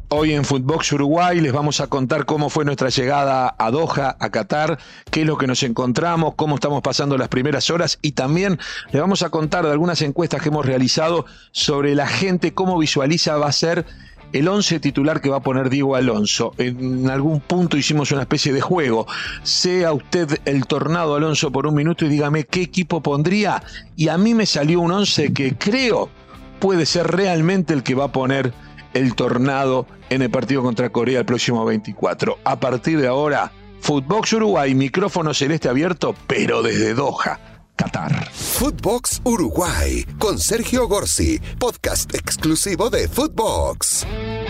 Hoy en Footbox Uruguay les vamos a contar cómo fue nuestra llegada a Doha, a Qatar, qué es lo que nos encontramos, cómo estamos pasando las primeras horas y también les vamos a contar de algunas encuestas que hemos realizado sobre la gente, cómo visualiza va a ser el 11 titular que va a poner Diego Alonso. En algún punto hicimos una especie de juego. Sea usted el Tornado Alonso por un minuto y dígame qué equipo pondría. Y a mí me salió un 11 que creo puede ser realmente el que va a poner el Tornado en el partido contra Corea el próximo 24. A partir de ahora, Footbox Uruguay, micrófono celeste abierto, pero desde Doha, Qatar. Footbox Uruguay con Sergio Gorsi, podcast exclusivo de Footbox.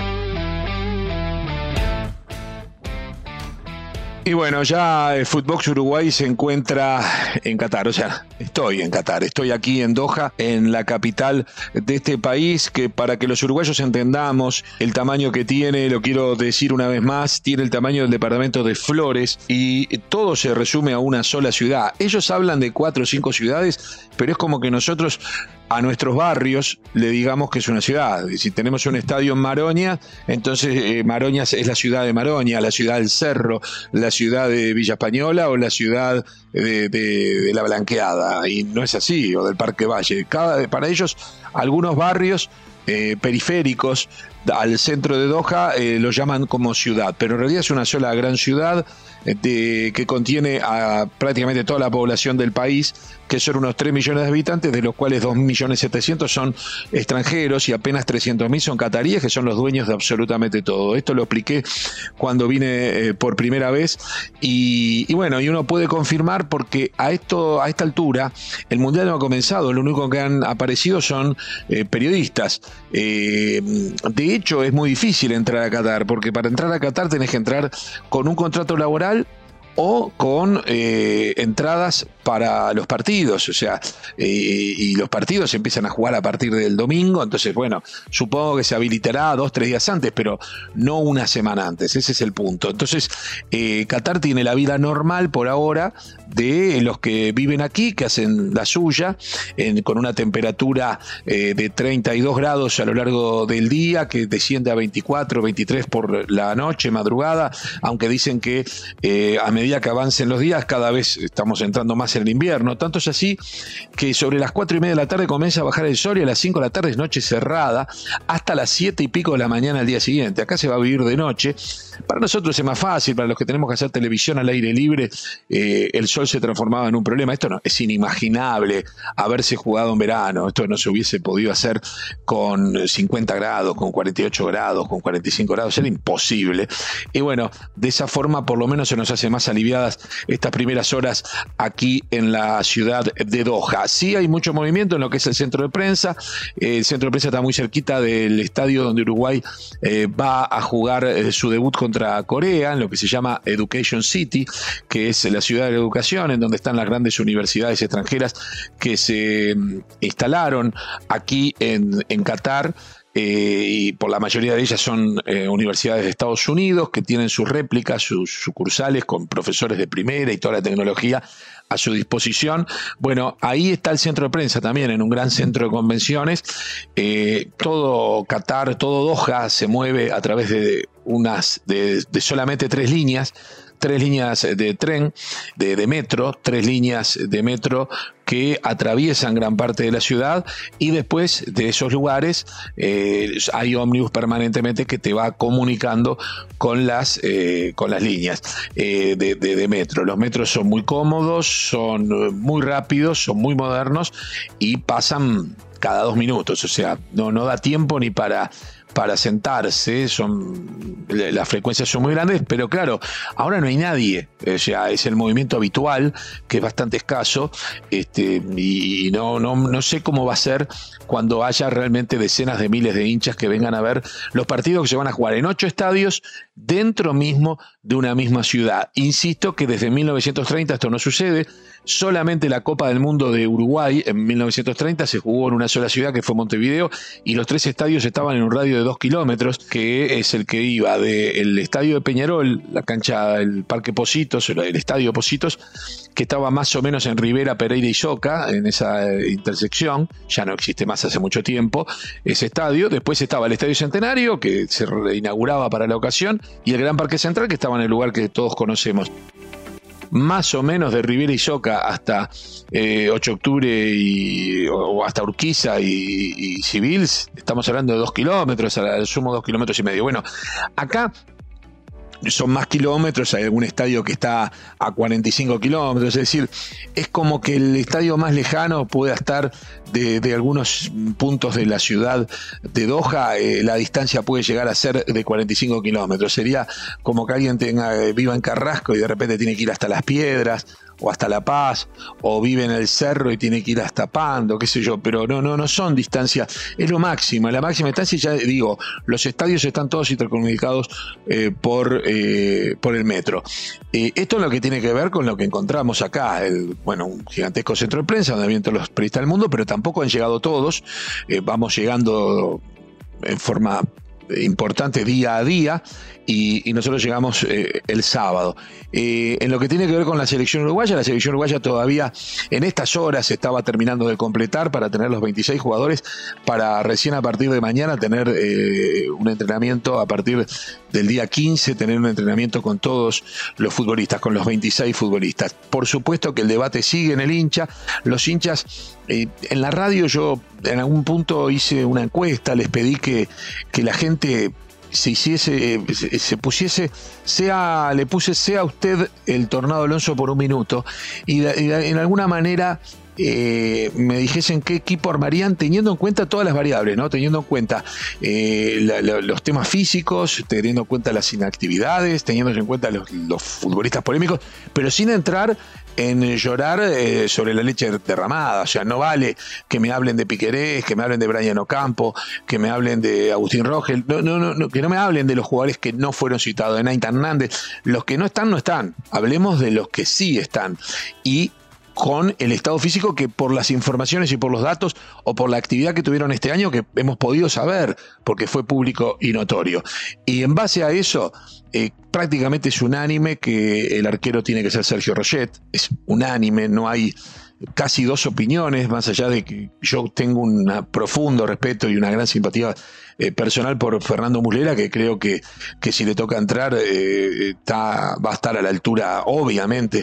Y bueno, ya el Footbox Uruguay se encuentra en Qatar, o sea, estoy en Qatar, estoy aquí en Doha, en la capital de este país, que para que los uruguayos entendamos el tamaño que tiene, lo quiero decir una vez más, tiene el tamaño del departamento de Flores y todo se resume a una sola ciudad. Ellos hablan de 4 o 5 ciudades, pero es como que nosotros a nuestros barrios le digamos que es una ciudad. Si tenemos un estadio en Maroña, entonces Maroña es la ciudad de Maroña, la ciudad del Cerro, la ciudad de Villa Española o la ciudad de La Blanqueada. Y no es así, o del Parque Valle. Para ellos, algunos barrios periféricos al centro de Doha lo llaman como ciudad, pero en realidad es una sola gran ciudad que contiene a prácticamente toda la población del país, que son unos 3 millones de habitantes, de los cuales 2.700.000 son extranjeros y apenas 300.000 son cataríes, que son los dueños de absolutamente todo. Esto lo expliqué cuando vine por primera vez y bueno, y uno puede confirmar porque a esta altura el Mundial no ha comenzado, lo único que han aparecido son periodistas. De hecho, es muy difícil entrar a Qatar, porque para entrar a Qatar tenés que entrar con un contrato laboral o con entradas para los partidos, o sea, y los partidos se empiezan a jugar a partir del domingo, entonces bueno, supongo que se habilitará 2 o 3 días antes, pero no una semana antes, ese es el punto. Entonces, Qatar tiene la vida normal por ahora de los que viven aquí, que hacen la suya, con una temperatura de 32 grados a lo largo del día, que desciende a 24, 23 por la noche, madrugada, aunque dicen que a medida que avancen los días, cada vez estamos entrando más en el invierno. Tanto es así que sobre las 4:30 de la tarde comienza a bajar el sol y a las 5 de la tarde es noche cerrada hasta las 7 y pico de la mañana al día siguiente. Acá se va a vivir de noche. Para nosotros es más fácil, para los que tenemos que hacer televisión al aire libre, el sol se transformaba en un problema. Esto no, es inimaginable haberse jugado en verano. Esto no se hubiese podido hacer con 50 grados, con 48 grados, con 45 grados. Era imposible. Y bueno, de esa forma por lo menos se nos hace más aliviadas estas primeras horas aquí en la ciudad de Doha. Sí hay mucho movimiento en lo que es el centro de prensa. El centro de prensa está muy cerquita del estadio donde Uruguay va a jugar su debut contra Corea, en lo que se llama Education City, que es la ciudad de la educación, en donde están las grandes universidades extranjeras que se instalaron aquí en Qatar. Y por la mayoría de ellas son universidades de Estados Unidos que tienen sus réplicas, sus sucursales con profesores de primera y toda la tecnología a su disposición. Bueno, ahí está el centro de prensa también, en un gran centro de convenciones. Todo Qatar, todo Doha se mueve a través de solamente 3 líneas de tren, de metro, 3 líneas de metro que atraviesan gran parte de la ciudad y después de esos lugares hay ómnibus permanentemente que te va comunicando con las líneas de metro. Los metros son muy cómodos, son muy rápidos, son muy modernos y pasan cada 2 minutos, o sea, no da tiempo ni para sentarse, las frecuencias son muy grandes, pero claro, ahora no hay nadie, o sea, es el movimiento habitual, que es bastante escaso, y no sé cómo va a ser cuando haya realmente decenas de miles de hinchas que vengan a ver los partidos que se van a jugar en 8 estadios dentro mismo de una misma ciudad. Insisto que desde 1930 esto no sucede. Solamente la Copa del Mundo de Uruguay en 1930 se jugó en una sola ciudad, que fue Montevideo, y los 3 estadios estaban en un radio de 2 kilómetros, que es el que iba del estadio de Peñarol, la cancha del Parque Pocitos, el estadio Pocitos, que estaba más o menos en Rivera, Pereira y Soca, en esa intersección. Ya no existe más hace mucho tiempo ese estadio. Después estaba el Estadio Centenario, que se inauguraba para la ocasión, y el Gran Parque Central, que estaba en el lugar que todos conocemos. Más o menos de Rivera y Soca hasta 8 de octubre o hasta Urquiza y Civils, estamos hablando de 2 kilómetros, al sumo 2 kilómetros y medio. Bueno, acá son más kilómetros, hay algún estadio que está a 45 kilómetros, es decir, es como que el estadio más lejano pueda estar de algunos puntos de la ciudad de Doha, la distancia puede llegar a ser de 45 kilómetros. Sería como que alguien viva en Carrasco y de repente tiene que ir hasta Las Piedras o hasta La Paz, o vive en el Cerro y tiene que ir hasta Pando, qué sé yo, pero no son distancias, es lo máximo, la máxima distancia. Ya digo, los estadios están todos intercomunicados por el metro. Esto es lo que tiene que ver con lo que encontramos acá, un gigantesco centro de prensa donde vienen todos los periodistas del mundo, pero tampoco han llegado todos, vamos llegando en forma importante día a día, y nosotros llegamos el sábado. En lo que tiene que ver con la selección uruguaya todavía en estas horas se estaba terminando de completar para tener los 26 jugadores, para recién a partir de mañana tener un entrenamiento, a partir del día 15 tener un entrenamiento con todos los futbolistas, con los 26 futbolistas. Por supuesto que el debate sigue en el hincha, los hinchas, en la radio yo en algún punto hice una encuesta, les pedí que la gente se pusiese, le puse sea usted el Tornado Alonso por un minuto, y en alguna manera me dijesen qué equipo armarían teniendo en cuenta todas las variables, ¿no? Teniendo en cuenta los temas físicos, teniendo en cuenta las inactividades, teniendo en cuenta los futbolistas polémicos, pero sin entrar en llorar sobre la leche derramada. O sea, no vale que me hablen de Piquerés, que me hablen de Brian Ocampo, que me hablen de Agustín Rogel, no, que no me hablen de los jugadores que no fueron citados, de Nathan Hernández. Los que no están. Hablemos de los que sí están. Y con el estado físico que, por las informaciones y por los datos o por la actividad que tuvieron este año, que hemos podido saber porque fue público y notorio. Y en base a eso, prácticamente es unánime que el arquero tiene que ser Sergio Rochet. Es unánime, no hay casi dos opiniones, más allá de que yo tengo un profundo respeto y una gran simpatía personal por Fernando Muslera, que creo que si le toca entrar va a estar a la altura, obviamente,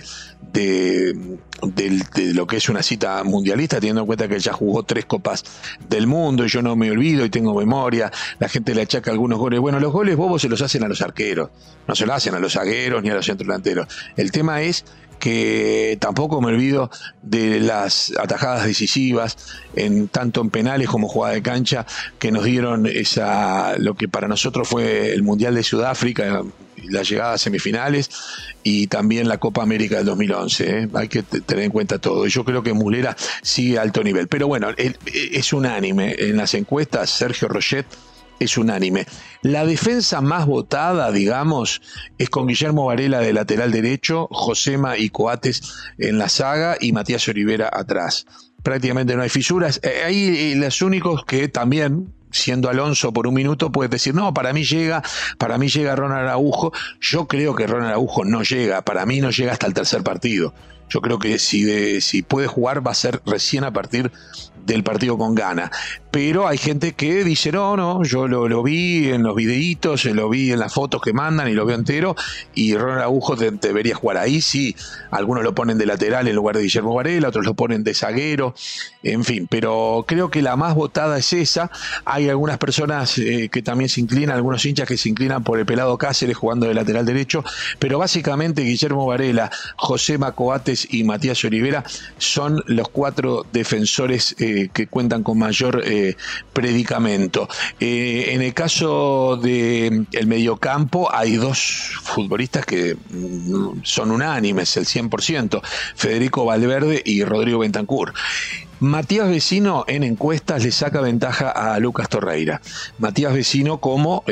de lo que es una cita mundialista, teniendo en cuenta que ya jugó 3 Copas del Mundo, y yo no me olvido y tengo memoria. La gente le achaca algunos goles. Bueno, los goles bobos se los hacen a los arqueros, no se los hacen a los zagueros ni a los centrodelanteros. El tema es que tampoco me olvido de las atajadas decisivas, tanto en penales como jugada de cancha, que nos dieron lo que para nosotros fue el Mundial de Sudáfrica, la llegada a semifinales, y también la Copa América del 2011. Hay que tener en cuenta todo. Y yo creo que Muslera sigue a alto nivel. Pero bueno, es unánime. En las encuestas, Sergio Rochet es unánime. La defensa más votada, digamos, es con Guillermo Varela de lateral derecho, Josema y Coates en la zaga y Matías Olivera atrás. Prácticamente no hay fisuras. Hay los únicos que también, siendo Alonso por un minuto, puedes decir, no, para mí llega Ronald Araujo. Yo creo que Ronald Araujo no llega, para mí no llega hasta el tercer partido. Yo creo que si puede jugar va a ser recién a partir del partido con Ghana. Pero hay gente que dice, no, yo lo vi en los videitos, lo vi en las fotos que mandan y lo veo entero, y Ronald Araujo debería jugar. Ahí sí, algunos lo ponen de lateral en lugar de Guillermo Varela, otros lo ponen de zaguero, en fin, pero creo que la más votada es esa. Hay algunas personas que también se inclinan, algunos hinchas que se inclinan por el Pelado Cáceres jugando de lateral derecho, pero básicamente Guillermo Varela, Josema, Coates y Matías Olivera son los 4 defensores que cuentan con mayor predicamento. En el caso del mediocampo hay 2 futbolistas que son unánimes, el 100%, Federico Valverde y Rodrigo Bentancur. Matías Vecino en encuestas le saca ventaja a Lucas Torreira. Matías Vecino como,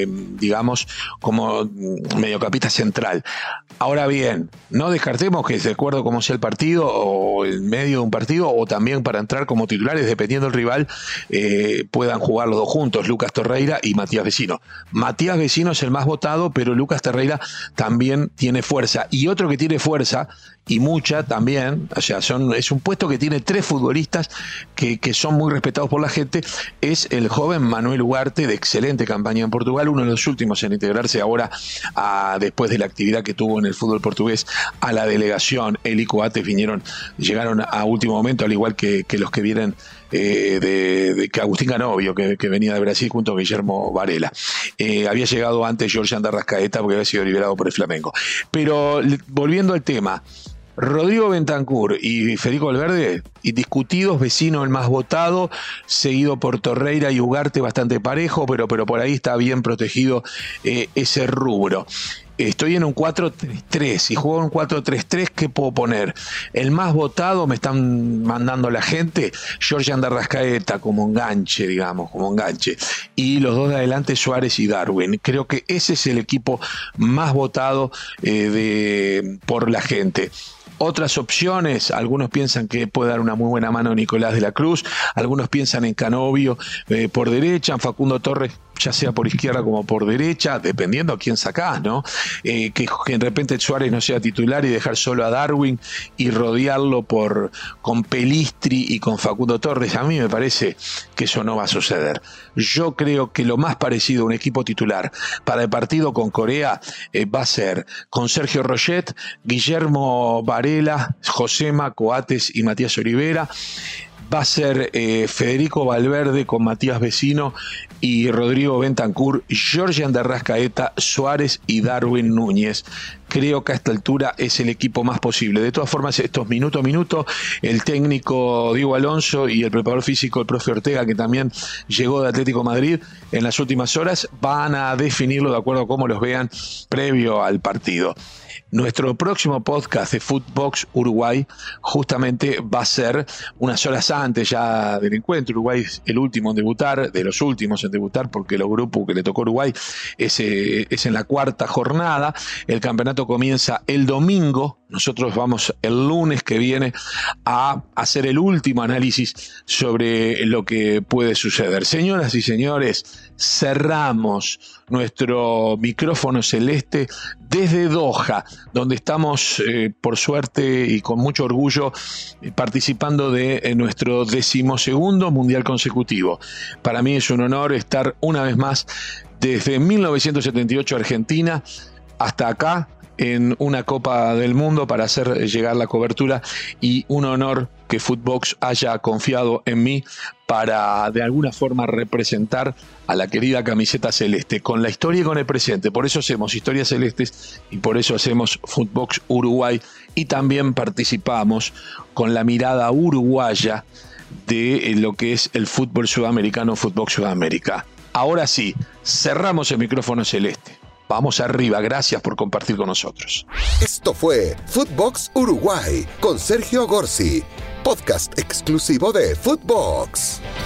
como mediocampista central. Ahora bien, no descartemos que de acuerdo como sea el partido o el medio de un partido o también para entrar como titulares, dependiendo del rival, puedan jugar los dos juntos, Lucas Torreira y Matías Vecino. Matías Vecino es el más votado, pero Lucas Torreira también tiene fuerza. Y otro que tiene fuerza, y mucha también, o sea, es un puesto que tiene 3 futbolistas que son muy respetados por la gente, es el joven Manuel Ugarte, de excelente campaña en Portugal, uno de los últimos en integrarse ahora, después de la actividad que tuvo en el fútbol portugués, a la delegación. Él y Coates llegaron a último momento, al igual que los que vienen que Agustín Canovio, que venía de Brasil junto a Guillermo Varela. Había llegado antes Georgian de Arrascaeta porque había sido liberado por el Flamengo. Pero volviendo al tema, Rodrigo Bentancur y Federico Valverde, indiscutidos, Vecino el más votado, seguido por Torreira y Ugarte, bastante parejo, pero por ahí está bien protegido ese rubro. Estoy en un 4-3-3 y juego en un 4-3-3, ¿qué puedo poner? El más votado, me están mandando la gente, Georgian de Arrascaeta como enganche, y los dos de adelante, Suárez y Darwin. Creo que ese es el equipo más votado por la gente. Otras opciones, algunos piensan que puede dar una muy buena mano Nicolás de la Cruz, algunos piensan en Canovio por derecha, en Facundo Torres, ya sea por izquierda como por derecha, dependiendo a quién sacás, ¿no? Que de repente Suárez no sea titular y dejar solo a Darwin y rodearlo con Pelistri y con Facundo Torres. A mí me parece que eso no va a suceder. Yo creo que lo más parecido a un equipo titular para el partido con Corea va a ser con Sergio Roget, Guillermo Varela, Josema, Coates y Matías Olivera. Va a ser Federico Valverde con Matías Vecino y Rodrigo Bentancur, Georgian de Arrascaeta, Suárez y Darwin Núñez. Creo que a esta altura es el equipo más posible. De todas formas, estos minuto a minuto, el técnico Diego Alonso y el preparador físico, el profe Ortega, que también llegó de Atlético Madrid en las últimas horas, van a definirlo de acuerdo a cómo los vean previo al partido. Nuestro próximo podcast de Footbox Uruguay justamente va a ser unas horas antes ya del encuentro. Uruguay es el último en debutar, de los últimos en debutar, porque el grupo que le tocó a Uruguay es en la 4ª jornada. El campeonato comienza el domingo. Nosotros vamos el lunes que viene a hacer el último análisis sobre lo que puede suceder. Señoras y señores, cerramos nuestro micrófono celeste desde Doha, donde estamos, por suerte y con mucho orgullo, participando de nuestro 12º mundial consecutivo. Para mí es un honor estar una vez más desde 1978 Argentina hasta acá en una Copa del Mundo para hacer llegar la cobertura, y un honor que Footbox haya confiado en mí para de alguna forma representar a la querida camiseta celeste, con la historia y con el presente. Por eso hacemos Historias Celestes y por eso hacemos Footbox Uruguay, y también participamos con la mirada uruguaya de lo que es el fútbol sudamericano, Footbox Sudamérica. Ahora sí, cerramos el micrófono celeste. Vamos arriba, gracias por compartir con nosotros. Esto fue Footbox Uruguay con Sergio Gorsi, podcast exclusivo de Footbox.